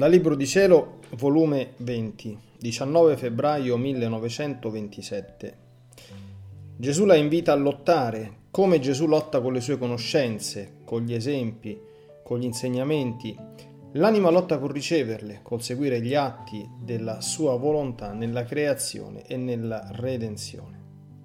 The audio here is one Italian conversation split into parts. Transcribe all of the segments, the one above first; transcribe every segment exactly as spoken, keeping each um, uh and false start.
Dal Libro di Cielo, volume venti, diciannove febbraio millenovecentoventisette. Gesù la invita a lottare, come Gesù lotta con le sue conoscenze, con gli esempi, con gli insegnamenti. L'anima lotta col riceverle, col seguire gli atti della sua volontà nella creazione e nella redenzione.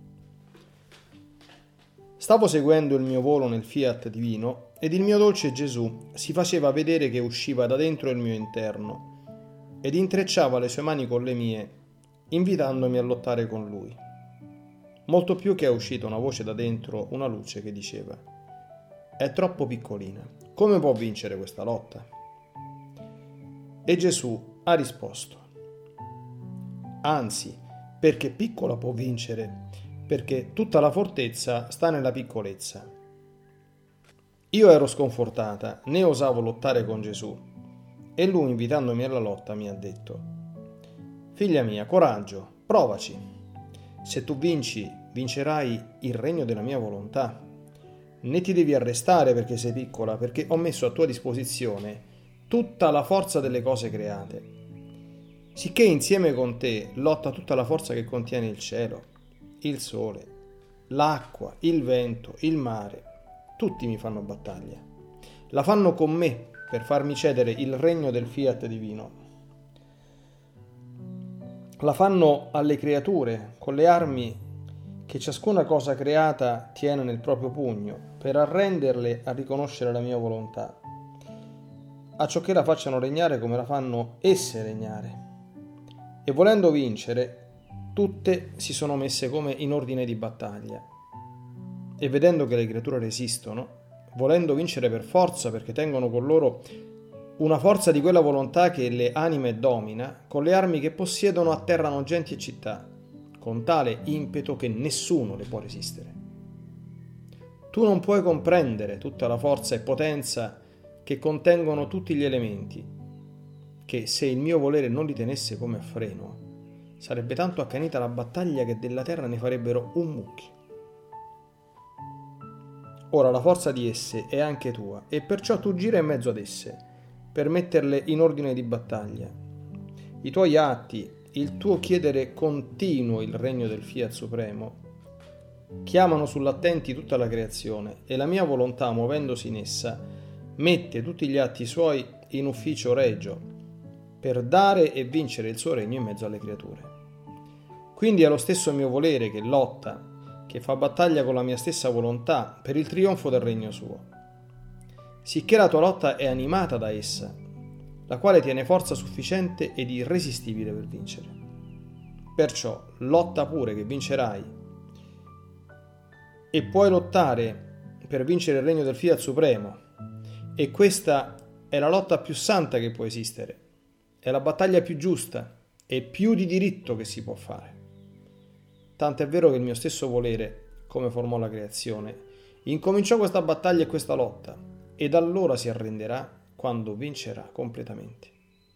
Stavo seguendo il mio volo nel fiat divino ed il mio dolce Gesù si faceva vedere che usciva da dentro il mio interno ed intrecciava le sue mani con le mie, invitandomi a lottare con lui. Molto più che è uscita una voce da dentro, una luce che diceva: è troppo piccolina, come può vincere questa lotta? E Gesù ha risposto: anzi, perché piccola può vincere, perché tutta la fortezza sta nella piccolezza. Io ero sconfortata, né osavo lottare con Gesù, e lui, invitandomi alla lotta, mi ha detto: figlia mia, coraggio, provaci. Se tu vinci, vincerai il regno della mia volontà. Né ti devi arrestare perché sei piccola, perché ho messo a tua disposizione tutta la forza delle cose create. Sicché insieme con te lotta tutta la forza che contiene il cielo, il sole, l'acqua, il vento, il mare. Tutti mi fanno battaglia. La fanno con me per farmi cedere il regno del fiat divino. La fanno alle creature con le armi che ciascuna cosa creata tiene nel proprio pugno per arrenderle a riconoscere la mia volontà, a ciò che la facciano regnare come la fanno esse regnare. E volendo vincere, tutte si sono messe come in ordine di battaglia. E vedendo che le creature resistono, volendo vincere per forza perché tengono con loro una forza di quella volontà che le anime domina, con le armi che possiedono atterrano genti e città, con tale impeto che nessuno le può resistere. Tu non puoi comprendere tutta la forza e potenza che contengono tutti gli elementi, che se il mio volere non li tenesse come a freno, sarebbe tanto accanita la battaglia che della terra ne farebbero un mucchio. Ora la forza di esse è anche tua, e perciò tu gira in mezzo ad esse, per metterle in ordine di battaglia. I tuoi atti, il tuo chiedere continuo il regno del Fiat Supremo, chiamano sull'attenti tutta la creazione, e la mia volontà, muovendosi in essa, mette tutti gli atti suoi in ufficio regio, per dare e vincere il suo regno in mezzo alle creature. Quindi è lo stesso mio volere che lotta, che fa battaglia con la mia stessa volontà per il trionfo del regno suo. Sicché la tua lotta è animata da essa, la quale tiene forza sufficiente ed irresistibile per vincere. Perciò lotta pure che vincerai, e puoi lottare per vincere il regno del Fiat Supremo, e questa è la lotta più santa che può esistere, è la battaglia più giusta e più di diritto che si può fare. Tanto è vero che il mio stesso volere, come formò la creazione, incominciò questa battaglia e questa lotta, ed allora si arrenderà quando vincerà completamente.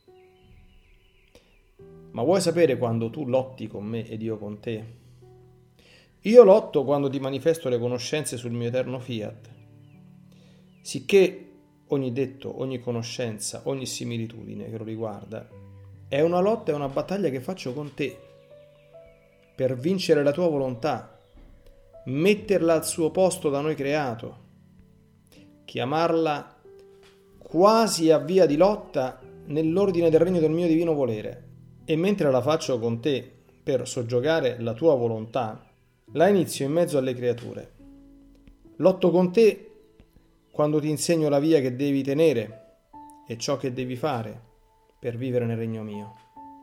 Ma vuoi sapere quando tu lotti con me ed io con te? Io lotto quando ti manifesto le conoscenze sul mio eterno fiat, sicché ogni detto, ogni conoscenza, ogni similitudine che lo riguarda è una lotta e una battaglia che faccio con te, per vincere la tua volontà, metterla al suo posto da noi creato, chiamarla quasi a via di lotta nell'ordine del regno del mio divino volere. E mentre la faccio con te per soggiogare la tua volontà, la inizio in mezzo alle creature. Lotto con te quando ti insegno la via che devi tenere e ciò che devi fare per vivere nel regno mio.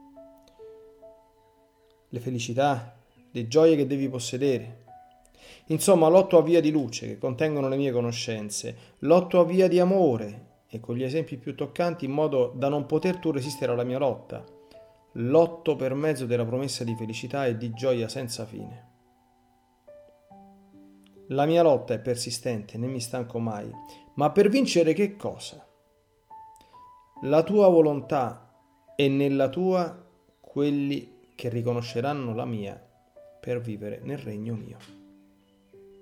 Le felicità, le gioie che devi possedere. Insomma, lotto a via di luce che contengono le mie conoscenze, lotto a via di amore e con gli esempi più toccanti in modo da non poter tu resistere alla mia lotta, lotto per mezzo della promessa di felicità e di gioia senza fine. La mia lotta è persistente, né mi stanco mai, ma per vincere che cosa? La tua volontà e nella tua quelli che riconosceranno la mia per vivere nel regno mio.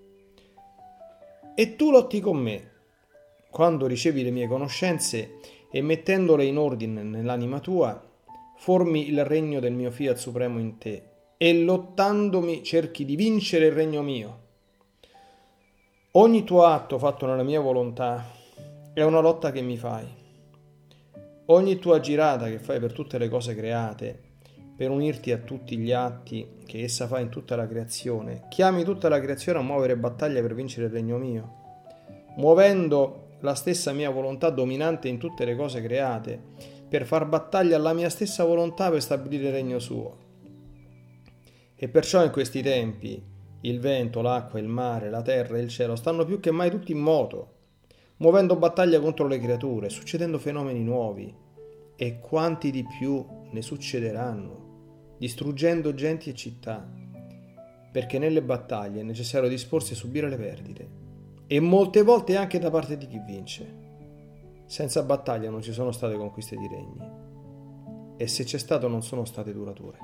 E tu lotti con me quando ricevi le mie conoscenze e mettendole in ordine nell'anima tua, formi il regno del mio fiat supremo in te e lottandomi cerchi di vincere il regno mio. Ogni tuo atto fatto nella mia volontà è una lotta che mi fai. Ogni tua girata che fai per tutte le cose create, per unirti a tutti gli atti che essa fa in tutta la creazione, chiami tutta la creazione a muovere battaglia per vincere il regno mio, muovendo la stessa mia volontà dominante in tutte le cose create, per far battaglia alla mia stessa volontà per stabilire il regno suo. E perciò in questi tempi il vento, l'acqua, il mare, la terra e il cielo stanno più che mai tutti in moto, muovendo battaglia contro le creature, succedendo fenomeni nuovi, e quanti di più ne succederanno, distruggendo genti e città, perché nelle battaglie è necessario disporsi a subire le perdite, e molte volte anche da parte di chi vince. Senza battaglia non ci sono state conquiste di regni, e se c'è stato non sono state durature.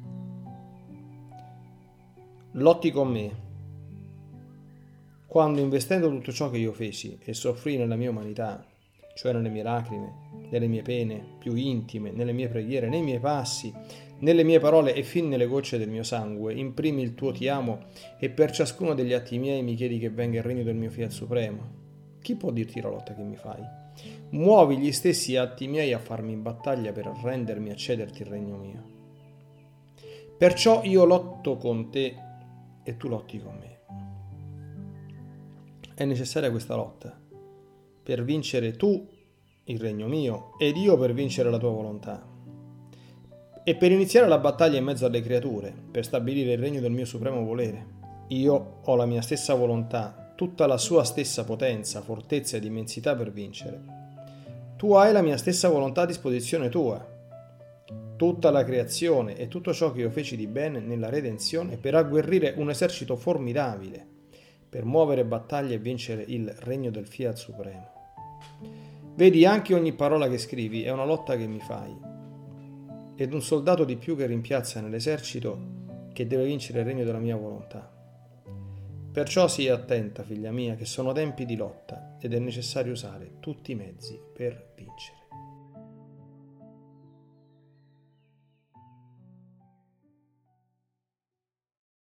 Lotti con me, quando investendo tutto ciò che io feci e soffrii nella mia umanità, cioè nelle mie lacrime, nelle mie pene più intime, nelle mie preghiere, nei miei passi, nelle mie parole e fin nelle gocce del mio sangue, imprimi il tuo ti amo e per ciascuno degli atti miei mi chiedi che venga il regno del mio fiat supremo. Chi può dirti la lotta che mi fai? Muovi gli stessi atti miei a farmi in battaglia per rendermi a cederti il regno mio. Perciò io lotto con te e tu lotti con me. È necessaria questa lotta per vincere tu il regno mio ed io per vincere la tua volontà. E per iniziare la battaglia in mezzo alle creature, per stabilire il regno del mio supremo volere. Io ho la mia stessa volontà, tutta la sua stessa potenza, fortezza ed immensità per vincere. Tu hai la mia stessa volontà a disposizione tua, tutta la creazione e tutto ciò che io feci di bene nella redenzione per agguerrire un esercito formidabile, per muovere battaglie e vincere il regno del fiat supremo. Vedi, anche ogni parola che scrivi è una lotta che mi fai, ed un soldato di più che rimpiazza nell'esercito che deve vincere il regno della mia volontà. Perciò sii attenta, figlia mia, che sono tempi di lotta ed è necessario usare tutti i mezzi per vincere.